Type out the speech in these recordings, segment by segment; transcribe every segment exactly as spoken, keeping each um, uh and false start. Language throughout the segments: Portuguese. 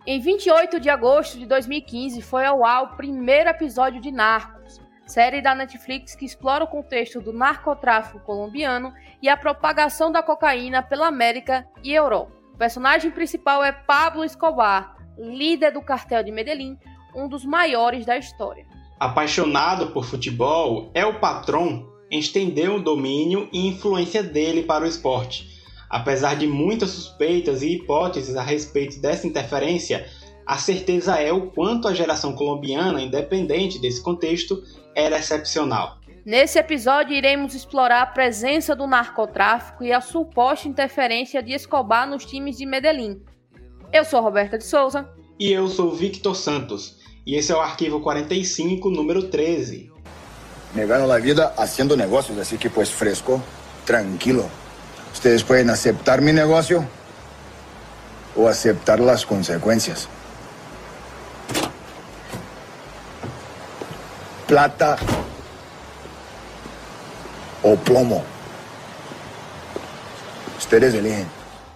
Em vinte e oito de agosto de dois mil e quinze foi ao ar o primeiro episódio de Narcos, série da Netflix que explora o contexto do narcotráfico colombiano e a propagação da cocaína pela América e Europa. O personagem principal é Pablo Escobar, líder do cartel de Medellín, um dos maiores da história. Apaixonado por futebol, El Patrón estendeu o domínio e influência dele para o esporte. Apesar de muitas suspeitas e hipóteses a respeito dessa interferência, a certeza é o quanto a geração colombiana, independente desse contexto, era excepcional. Nesse episódio, iremos explorar a presença do narcotráfico e a suposta interferência de Escobar nos times de Medellín. Eu sou Roberta de Souza. E eu sou Victor Santos. E esse é o Arquivo quarenta e cinco, número treze. Me gano la vida haciendo negocios, así que pues fresco, tranquilo. Ustedes pueden aceptar mi negocio o aceptar las consecuencias. Plata o plomo. Ustedes eligen.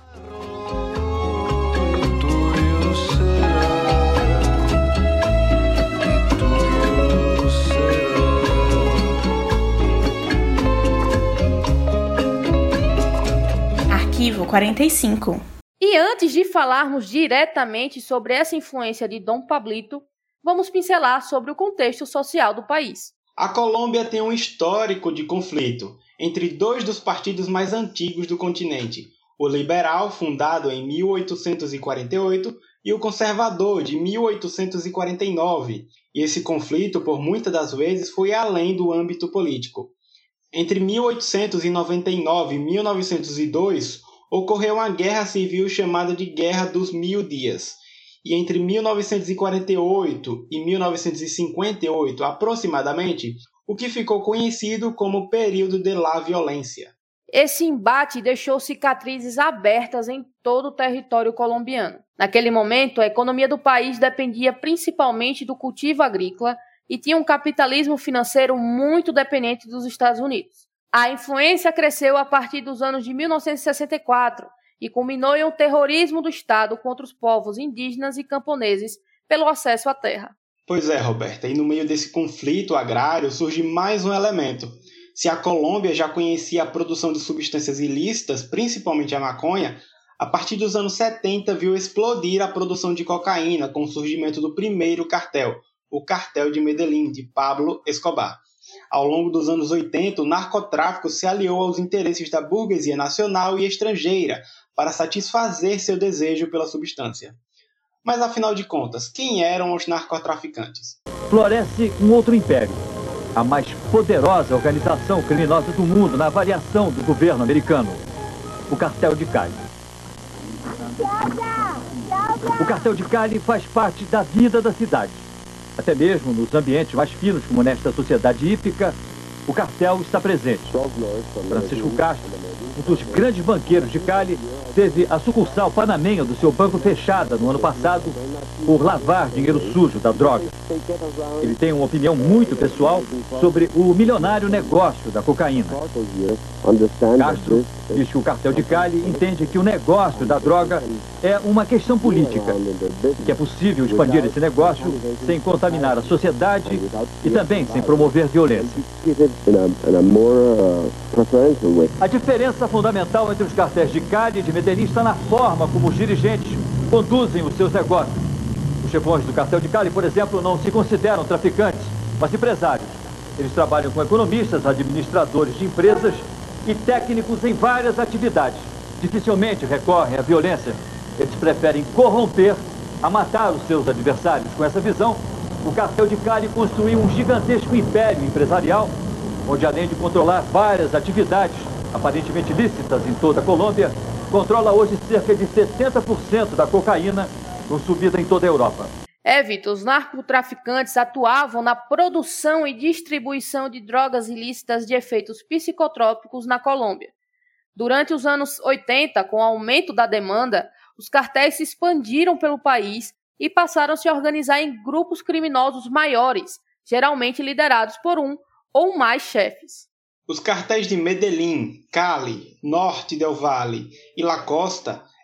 Arquivo quarenta e cinco. E antes de falarmos diretamente sobre essa influência de Dom Pablito, vamos pincelar sobre o contexto social do país. A Colômbia tem um histórico de conflito entre dois dos partidos mais antigos do continente, o liberal, fundado em mil oitocentos e quarenta e oito, e o conservador, de mil oitocentos e quarenta e nove, e esse conflito, por muitas das vezes, foi além do âmbito político. Entre mil oitocentos e noventa e nove e mil novecentos e dois, ocorreu uma guerra civil chamada de Guerra dos Mil Dias, e entre mil novecentos e quarenta e oito e mil novecentos e cinquenta e oito, aproximadamente, o que ficou conhecido como período de la violência. Esse embate deixou cicatrizes abertas em todo o território colombiano. Naquele momento, a economia do país dependia principalmente do cultivo agrícola e tinha um capitalismo financeiro muito dependente dos Estados Unidos. A influência cresceu a partir dos anos de mil novecentos e sessenta e quatro e culminou em um terrorismo do Estado contra os povos indígenas e camponeses pelo acesso à terra. Pois é, Roberta, e no meio desse conflito agrário surge mais um elemento. Se a Colômbia já conhecia a produção de substâncias ilícitas, principalmente a maconha, a partir dos anos setenta viu explodir a produção de cocaína com o surgimento do primeiro cartel, o Cartel de Medellín, de Pablo Escobar. Ao longo dos anos oitenta, o narcotráfico se aliou aos interesses da burguesia nacional e estrangeira para satisfazer seu desejo pela substância. Mas, afinal de contas, quem eram os narcotraficantes? Floresce um outro império, a mais poderosa organização criminosa do mundo na avaliação do governo americano, o Cartel de Cali. O Cartel de Cali faz parte da vida da cidade. Até mesmo nos ambientes mais finos, como nesta sociedade hípica, o cartel está presente. Francisco Castro, um dos grandes banqueiros de Cali, teve a sucursal panamenha do seu banco fechada no ano passado por lavar dinheiro sujo da droga. Ele tem uma opinião muito pessoal sobre o milionário negócio da cocaína. Castro diz que o Cartel de Cali entende que o negócio da droga é uma questão política e que é possível expandir esse negócio sem contaminar a sociedade e também sem promover violência. A diferença fundamental entre os cartéis de Cali e de Medellín está na forma como os dirigentes conduzem os seus negócios. Os chefões do Cartel de Cali, por exemplo, não se consideram traficantes, mas empresários. Eles trabalham com economistas, administradores de empresas e técnicos em várias atividades. Dificilmente recorrem à violência. Eles preferem corromper a matar os seus adversários. Com essa visão, o Cartel de Cali construiu um gigantesco império empresarial, onde além de controlar várias atividades aparentemente lícitas em toda a Colômbia, controla hoje cerca de setenta por cento da cocaína consumida em toda a Europa. É, Vitor, os narcotraficantes atuavam na produção e distribuição de drogas ilícitas de efeitos psicotrópicos na Colômbia. Durante os anos oitenta, com o aumento da demanda, os cartéis se expandiram pelo país e passaram a se organizar em grupos criminosos maiores, geralmente liderados por um ou mais chefes. Os cartéis de Medellín, Cali, Norte del Valle e La Costa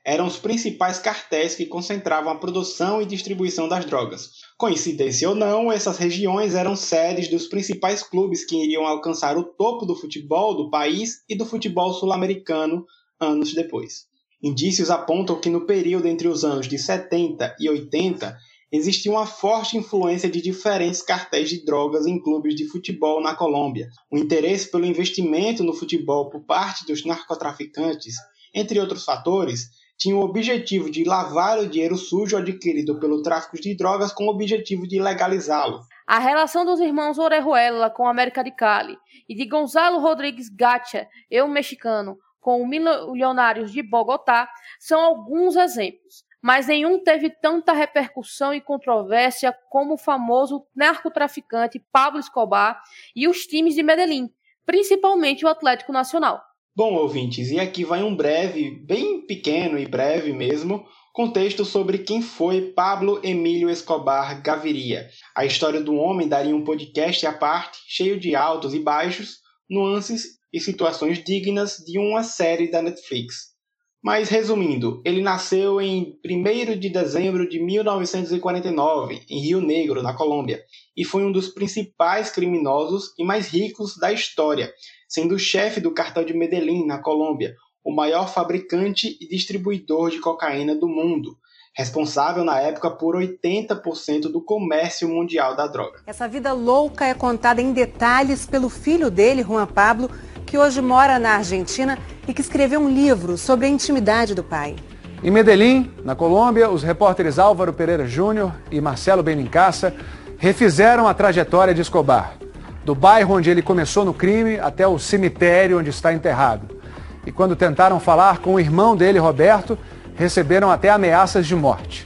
eram os principais cartéis que concentravam a produção e distribuição das drogas. Coincidência ou não, essas regiões eram sedes dos principais clubes que iriam alcançar o topo do futebol do país e do futebol sul-americano anos depois. Indícios apontam que no período entre os anos de setenta e oitenta existia uma forte influência de diferentes cartéis de drogas em clubes de futebol na Colômbia. O interesse pelo investimento no futebol por parte dos narcotraficantes, entre outros fatores, tinha o objetivo de lavar o dinheiro sujo adquirido pelo tráfico de drogas com o objetivo de legalizá-lo. A relação dos irmãos Orejuela com a América de Cali e de Gonzalo Rodrigues Gacha, eu mexicano, com o Milionários de Bogotá, são alguns exemplos, mas nenhum teve tanta repercussão e controvérsia como o famoso narcotraficante Pablo Escobar e os times de Medellín, principalmente o Atlético Nacional. Bom, ouvintes, e aqui vai um breve, bem pequeno e breve mesmo, contexto sobre quem foi Pablo Emílio Escobar Gaviria. A história do homem daria um podcast à parte, cheio de altos e baixos, nuances e situações dignas de uma série da Netflix. Mas, resumindo, ele nasceu em primeiro de dezembro de mil novecentos e quarenta e nove, em Rio Negro, na Colômbia, e foi um dos principais criminosos e mais ricos da história, sendo o chefe do cartel de Medellín, na Colômbia, o maior fabricante e distribuidor de cocaína do mundo, responsável na época por oitenta por cento do comércio mundial da droga. Essa vida louca é contada em detalhes pelo filho dele, Juan Pablo, que hoje mora na Argentina e que escreveu um livro sobre a intimidade do pai. Em Medellín, na Colômbia, os repórteres Álvaro Pereira Júnior e Marcelo Benincasa refizeram a trajetória de Escobar, do bairro onde ele começou no crime até o cemitério onde está enterrado. E quando tentaram falar com o irmão dele, Roberto, receberam até ameaças de morte.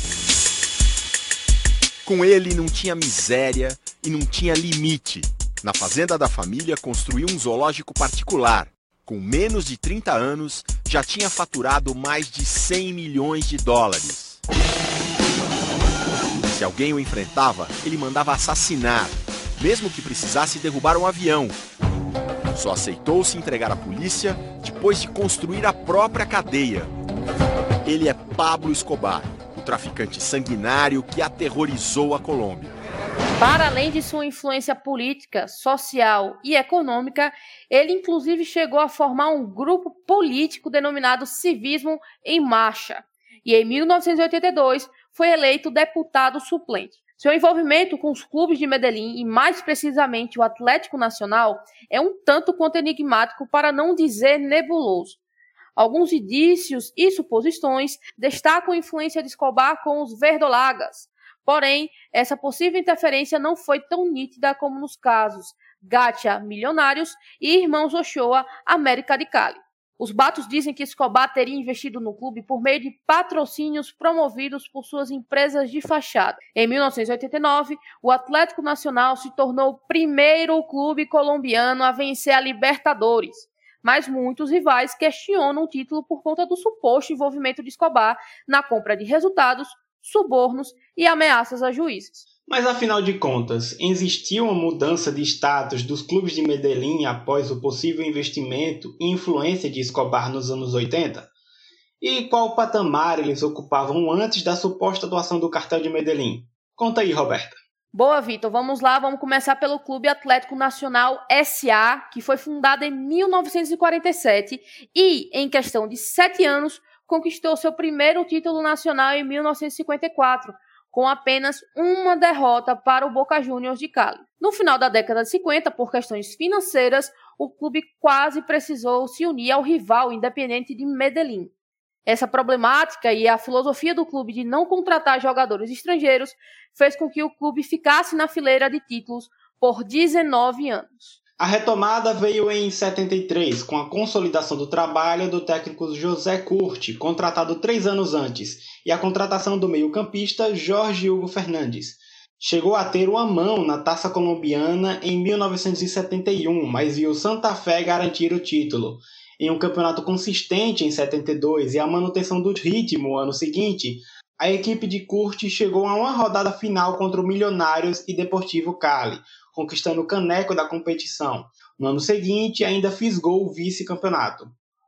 Com ele não tinha miséria e não tinha limite. Na fazenda da família construiu um zoológico particular. Com menos de trinta anos, já tinha faturado mais de cem milhões de dólares. Se alguém o enfrentava, ele mandava assassinar, mesmo que precisasse derrubar um avião. Só aceitou se entregar à polícia depois de construir a própria cadeia. Ele é Pablo Escobar, o traficante sanguinário que aterrorizou a Colômbia. Para além de sua influência política, social e econômica, ele inclusive chegou a formar um grupo político denominado Civismo em Marcha, e em mil novecentos e oitenta e dois foi eleito deputado suplente. Seu envolvimento com os clubes de Medellín, e mais precisamente o Atlético Nacional, é um tanto quanto enigmático, para não dizer nebuloso. Alguns indícios e suposições destacam a influência de Escobar com os verdolagas. Porém, essa possível interferência não foi tão nítida como nos casos Gacha, Milionários, e Irmãos Ochoa, América de Cali. Os boatos dizem que Escobar teria investido no clube por meio de patrocínios promovidos por suas empresas de fachada. Em mil novecentos e oitenta e nove, o Atlético Nacional se tornou o primeiro clube colombiano a vencer a Libertadores, mas muitos rivais questionam o título por conta do suposto envolvimento de Escobar na compra de resultados, subornos e ameaças a juízes. Mas, afinal de contas, existiu uma mudança de status dos clubes de Medellín após o possível investimento e influência de Escobar nos anos oitenta? E qual patamar eles ocupavam antes da suposta atuação do cartel de Medellín? Conta aí, Roberta. Boa, Vitor. Vamos lá, vamos começar pelo Clube Atlético Nacional S A, que foi fundado em mil novecentos e quarenta e sete e, em questão de sete anos, conquistou seu primeiro título nacional em mil novecentos e cinquenta e quatro, com apenas uma derrota para o Boca Juniors de Cali. No final da década de cinquenta, por questões financeiras, o clube quase precisou se unir ao rival Independiente de Medellín. Essa problemática e a filosofia do clube de não contratar jogadores estrangeiros fez com que o clube ficasse na fileira de títulos por dezenove anos. A retomada veio em setenta e três, com a consolidação do trabalho do técnico José Curti, contratado três anos antes, e a contratação do meio-campista Jorge Hugo Fernandes. Chegou a ter uma mão na Taça Colombiana em mil novecentos e setenta e um, mas viu Santa Fé garantir o título. Em um campeonato consistente em setenta e dois e a manutenção do ritmo no ano seguinte, a equipe de Curti chegou a uma rodada final contra o Milionários e Deportivo Cali, conquistando o caneco da competição. No ano seguinte, ainda fisgou o vice-campeonato.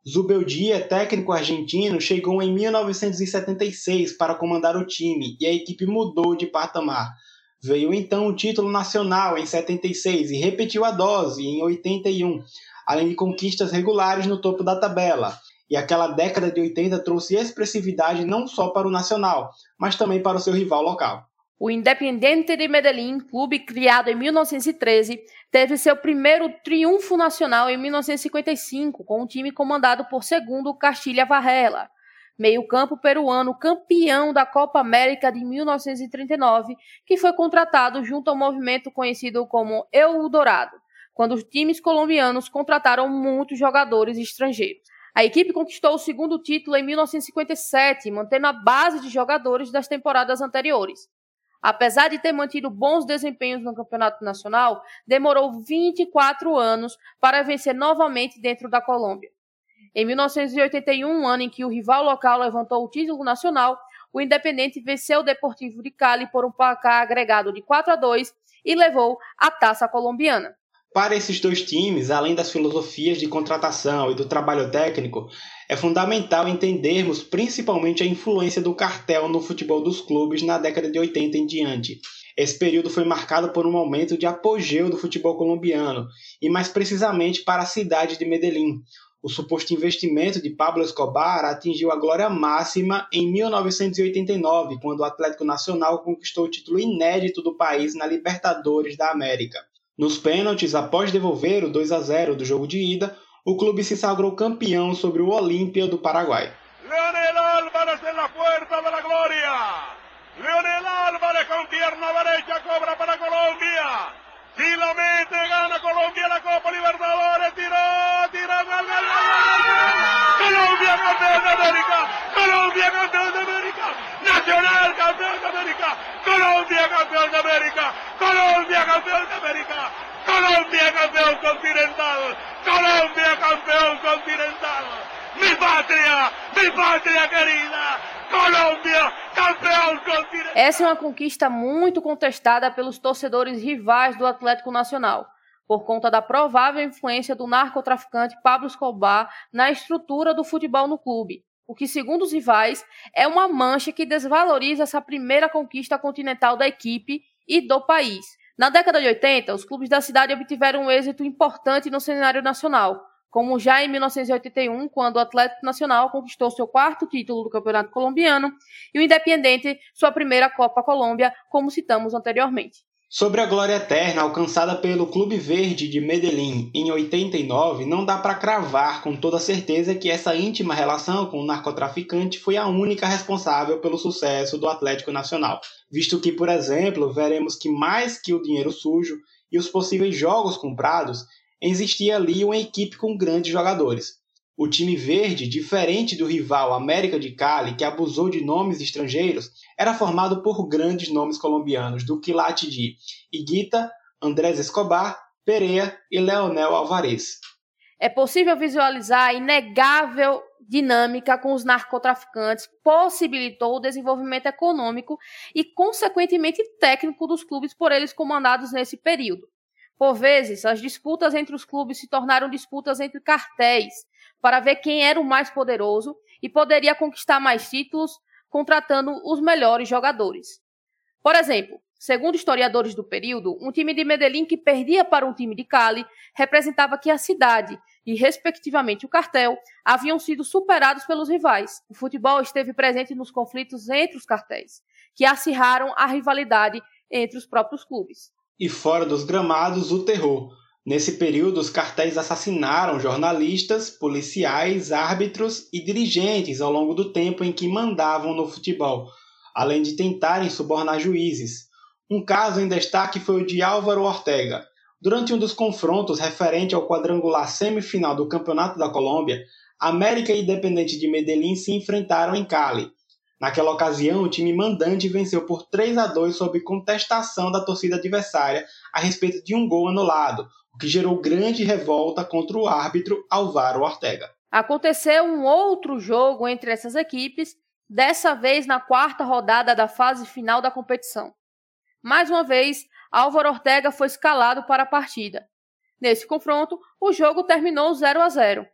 Zubeldia, técnico argentino, chegou em mil novecentos e setenta e seis para comandar o time e a equipe mudou de patamar. Veio então o título nacional em setenta e seis e repetiu a dose em oitenta e um, além de conquistas regulares no topo da tabela. E aquela década de oitenta trouxe expressividade não só para o nacional, mas também para o seu rival local. O Independiente de Medellín, clube criado em mil novecentos e treze, teve seu primeiro triunfo nacional em mil novecentos e cinquenta e cinco, com um time comandado por Segundo Castilla Varela, meio-campo peruano campeão da Copa América de mil novecentos e trinta e nove, que foi contratado junto ao movimento conhecido como Eldorado, quando os times colombianos contrataram muitos jogadores estrangeiros. A equipe conquistou o segundo título em mil novecentos e cinquenta e sete, mantendo a base de jogadores das temporadas anteriores. Apesar de ter mantido bons desempenhos no campeonato nacional, demorou vinte e quatro anos para vencer novamente dentro da Colômbia. Em mil novecentos e oitenta e um, ano em que o rival local levantou o título nacional, o Independiente venceu o Deportivo de Cali por um placar agregado de quatro a dois e levou a taça colombiana. Para esses dois times, além das filosofias de contratação e do trabalho técnico, é fundamental entendermos principalmente a influência do cartel no futebol dos clubes na década de oitenta em diante. Esse período foi marcado por um momento de apogeu do futebol colombiano, e mais precisamente para a cidade de Medellín. O suposto investimento de Pablo Escobar atingiu a glória máxima em mil novecentos e oitenta e nove, quando o Atlético Nacional conquistou o título inédito do país na Libertadores da América. Nos pênaltis, após devolver o dois a zero do jogo de ida, o clube se sagrou campeão sobre o Olímpia do Paraguai. Leonel Álvarez en la puerta de la gloria. Leonel Álvarez con pierna derecha cobra para Colombia. Si lo mete, gana Colombia la Copa Libertadores. Tiró, tiró, gol, gol, gol, gol. Colombia campeón de América. Colombia campeón de América. Nacional campeón de América. Colombia campeón de América. Colombia campeón de América. Colombia campeón continental. Colombia campeón continental. Mi patria, mi patria querida. Colômbia, campeão continental. Essa é uma conquista muito contestada pelos torcedores rivais do Atlético Nacional, por conta da provável influência do narcotraficante Pablo Escobar na estrutura do futebol no clube, o que, segundo os rivais, é uma mancha que desvaloriza essa primeira conquista continental da equipe e do país. Na década de oitenta, os clubes da cidade obtiveram um êxito importante no cenário nacional, como já em mil novecentos e oitenta e um, quando o Atlético Nacional conquistou seu quarto título do Campeonato Colombiano e o Independiente sua primeira Copa Colômbia, como citamos anteriormente. Sobre a glória eterna alcançada pelo Clube Verde de Medellín em oitenta e nove, não dá para cravar com toda certeza que essa íntima relação com o narcotraficante foi a única responsável pelo sucesso do Atlético Nacional, visto que, por exemplo, veremos que mais que o dinheiro sujo e os possíveis jogos comprados, existia ali uma equipe com grandes jogadores. O time verde, diferente do rival América de Cali, que abusou de nomes estrangeiros, era formado por grandes nomes colombianos, do quilate de Higuita, Andrés Escobar, Perea e Leonel Álvarez. É possível visualizar a inegável dinâmica com os narcotraficantes, possibilitou o desenvolvimento econômico e, consequentemente, técnico dos clubes por eles comandados nesse período. Por vezes, as disputas entre os clubes se tornaram disputas entre cartéis, para ver quem era o mais poderoso e poderia conquistar mais títulos, contratando os melhores jogadores. Por exemplo, segundo historiadores do período, um time de Medellín que perdia para um time de Cali representava que a cidade e, respectivamente, o cartel haviam sido superados pelos rivais. O futebol esteve presente nos conflitos entre os cartéis, que acirraram a rivalidade entre os próprios clubes. E fora dos gramados, o terror. Nesse período, os cartéis assassinaram jornalistas, policiais, árbitros e dirigentes ao longo do tempo em que mandavam no futebol, além de tentarem subornar juízes. Um caso em destaque foi o de Álvaro Ortega. Durante um dos confrontos referente ao quadrangular semifinal do Campeonato da Colômbia, América e Independiente de Medellín se enfrentaram em Cali. Naquela ocasião, o time mandante venceu por três a dois sob contestação da torcida adversária a respeito de um gol anulado, o que gerou grande revolta contra o árbitro Álvaro Ortega. Aconteceu um outro jogo entre essas equipes, dessa vez na quarta rodada da fase final da competição. Mais uma vez, Álvaro Ortega foi escalado para a partida. Nesse confronto, o jogo terminou zero a zero.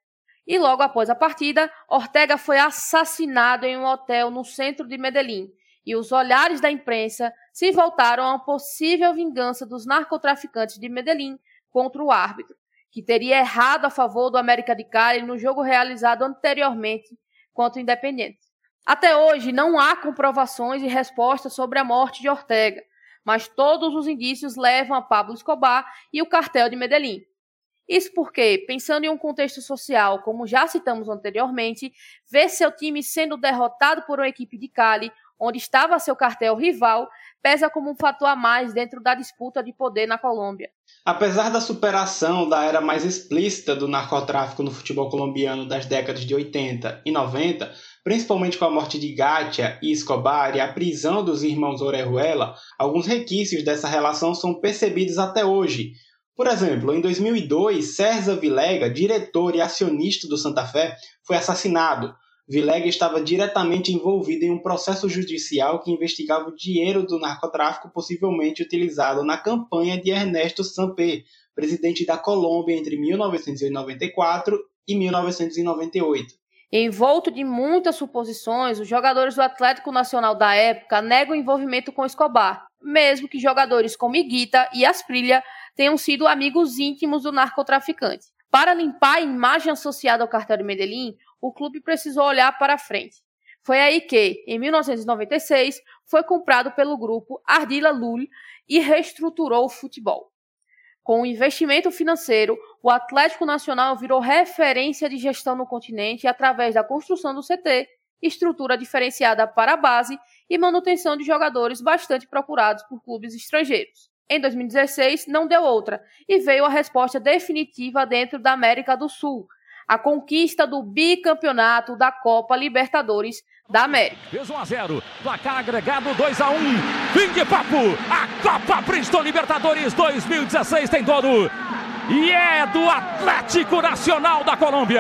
E logo após a partida, Ortega foi assassinado em um hotel no centro de Medellín, e os olhares da imprensa se voltaram a uma possível vingança dos narcotraficantes de Medellín contra o árbitro, que teria errado a favor do América de Cali no jogo realizado anteriormente contra o Independiente. Até hoje não há comprovações e respostas sobre a morte de Ortega, mas todos os indícios levam a Pablo Escobar e o cartel de Medellín. Isso porque, pensando em um contexto social, como já citamos anteriormente, ver seu time sendo derrotado por uma equipe de Cali, onde estava seu cartel rival, pesa como um fator a mais dentro da disputa de poder na Colômbia. Apesar da superação da era mais explícita do narcotráfico no futebol colombiano das décadas de oitenta e noventa, principalmente com a morte de Gatia e Escobar e a prisão dos irmãos Orejuela, alguns requisitos dessa relação são percebidos até hoje. Por exemplo, em dois mil e dois, César Vilega, diretor e acionista do Santa Fé, foi assassinado. Vilega estava diretamente envolvido em um processo judicial que investigava o dinheiro do narcotráfico possivelmente utilizado na campanha de Ernesto Samper, presidente da Colômbia entre mil novecentos e noventa e quatro e mil novecentos e noventa e oito. Envolto de muitas suposições, os jogadores do Atlético Nacional da época negam o envolvimento com Escobar, mesmo que jogadores como Higuita e Asprilla tenham sido amigos íntimos do narcotraficante. Para limpar a imagem associada ao cartel de Medellín, o clube precisou olhar para frente. Foi aí que, em mil novecentos e noventa e seis, foi comprado pelo grupo Ardila Lul e reestruturou o futebol. Com o investimento financeiro, o Atlético Nacional virou referência de gestão no continente através da construção do C T, estrutura diferenciada para a base e manutenção de jogadores bastante procurados por clubes estrangeiros. Em dois mil e dezesseis, não deu outra, e veio a resposta definitiva dentro da América do Sul, a conquista do bicampeonato da Copa Libertadores da América. Fez um a zero, placar agregado dois a um, fim de papo, a Copa Bristol Libertadores dois mil e dezesseis tem dono, e é do Atlético Nacional da Colômbia.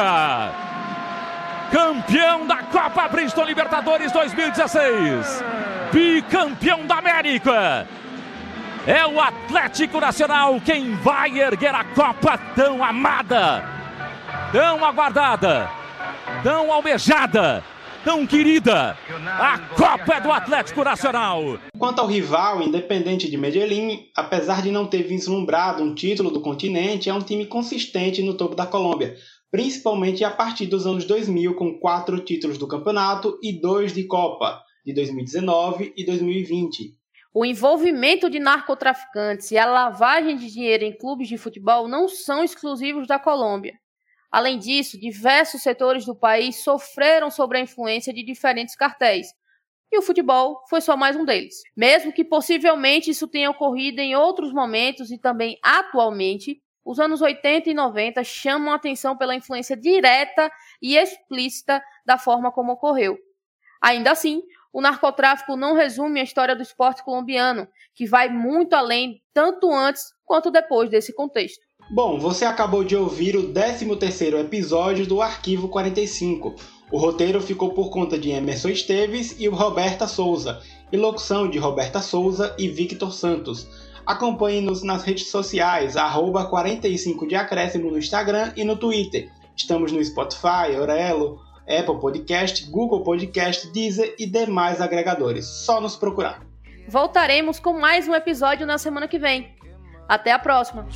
Campeão da Copa Bristol Libertadores dois mil e dezesseis, bicampeão da América. É o Atlético Nacional quem vai erguer a Copa tão amada, tão aguardada, tão almejada, tão querida. A Copa é do Atlético Nacional. Quanto ao rival, Independiente de Medellín, apesar de não ter vislumbrado um título do continente, é um time consistente no topo da Colômbia, principalmente a partir dos anos dois mil, com quatro títulos do campeonato e dois de Copa, de dois mil e dezenove e dois mil e vinte. O envolvimento de narcotraficantes e a lavagem de dinheiro em clubes de futebol não são exclusivos da Colômbia. Além disso, diversos setores do país sofreram sob a influência de diferentes cartéis, e o futebol foi só mais um deles. Mesmo que possivelmente isso tenha ocorrido em outros momentos e também atualmente, os anos oitenta e noventa chamam a atenção pela influência direta e explícita da forma como ocorreu. Ainda assim, o narcotráfico não resume a história do esporte colombiano, que vai muito além, tanto antes quanto depois desse contexto. Bom, você acabou de ouvir o décimo terceiro episódio do Arquivo quarenta e cinco. O roteiro ficou por conta de Emerson Esteves e Roberta Souza, e locução de Roberta Souza e Victor Santos. Acompanhe-nos nas redes sociais, arroba quarenta e cinco de acréscimo no Instagram e no Twitter. Estamos no Spotify, Orelo, Apple Podcast, Google Podcast, Deezer e demais agregadores. Só nos procurar. Voltaremos com mais um episódio na semana que vem. Até a próxima.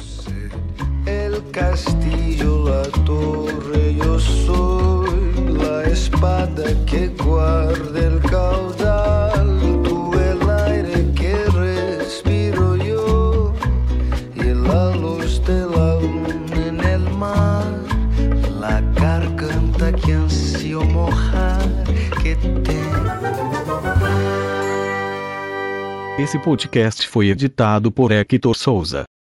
El castillo, la torre, yo soy la espada que guarda el caudal, tú el aire que respiro yo y la luz de la luna en el mar, la garganta que ansio mojar que tengo. Esse podcast foi editado por Hector Souza.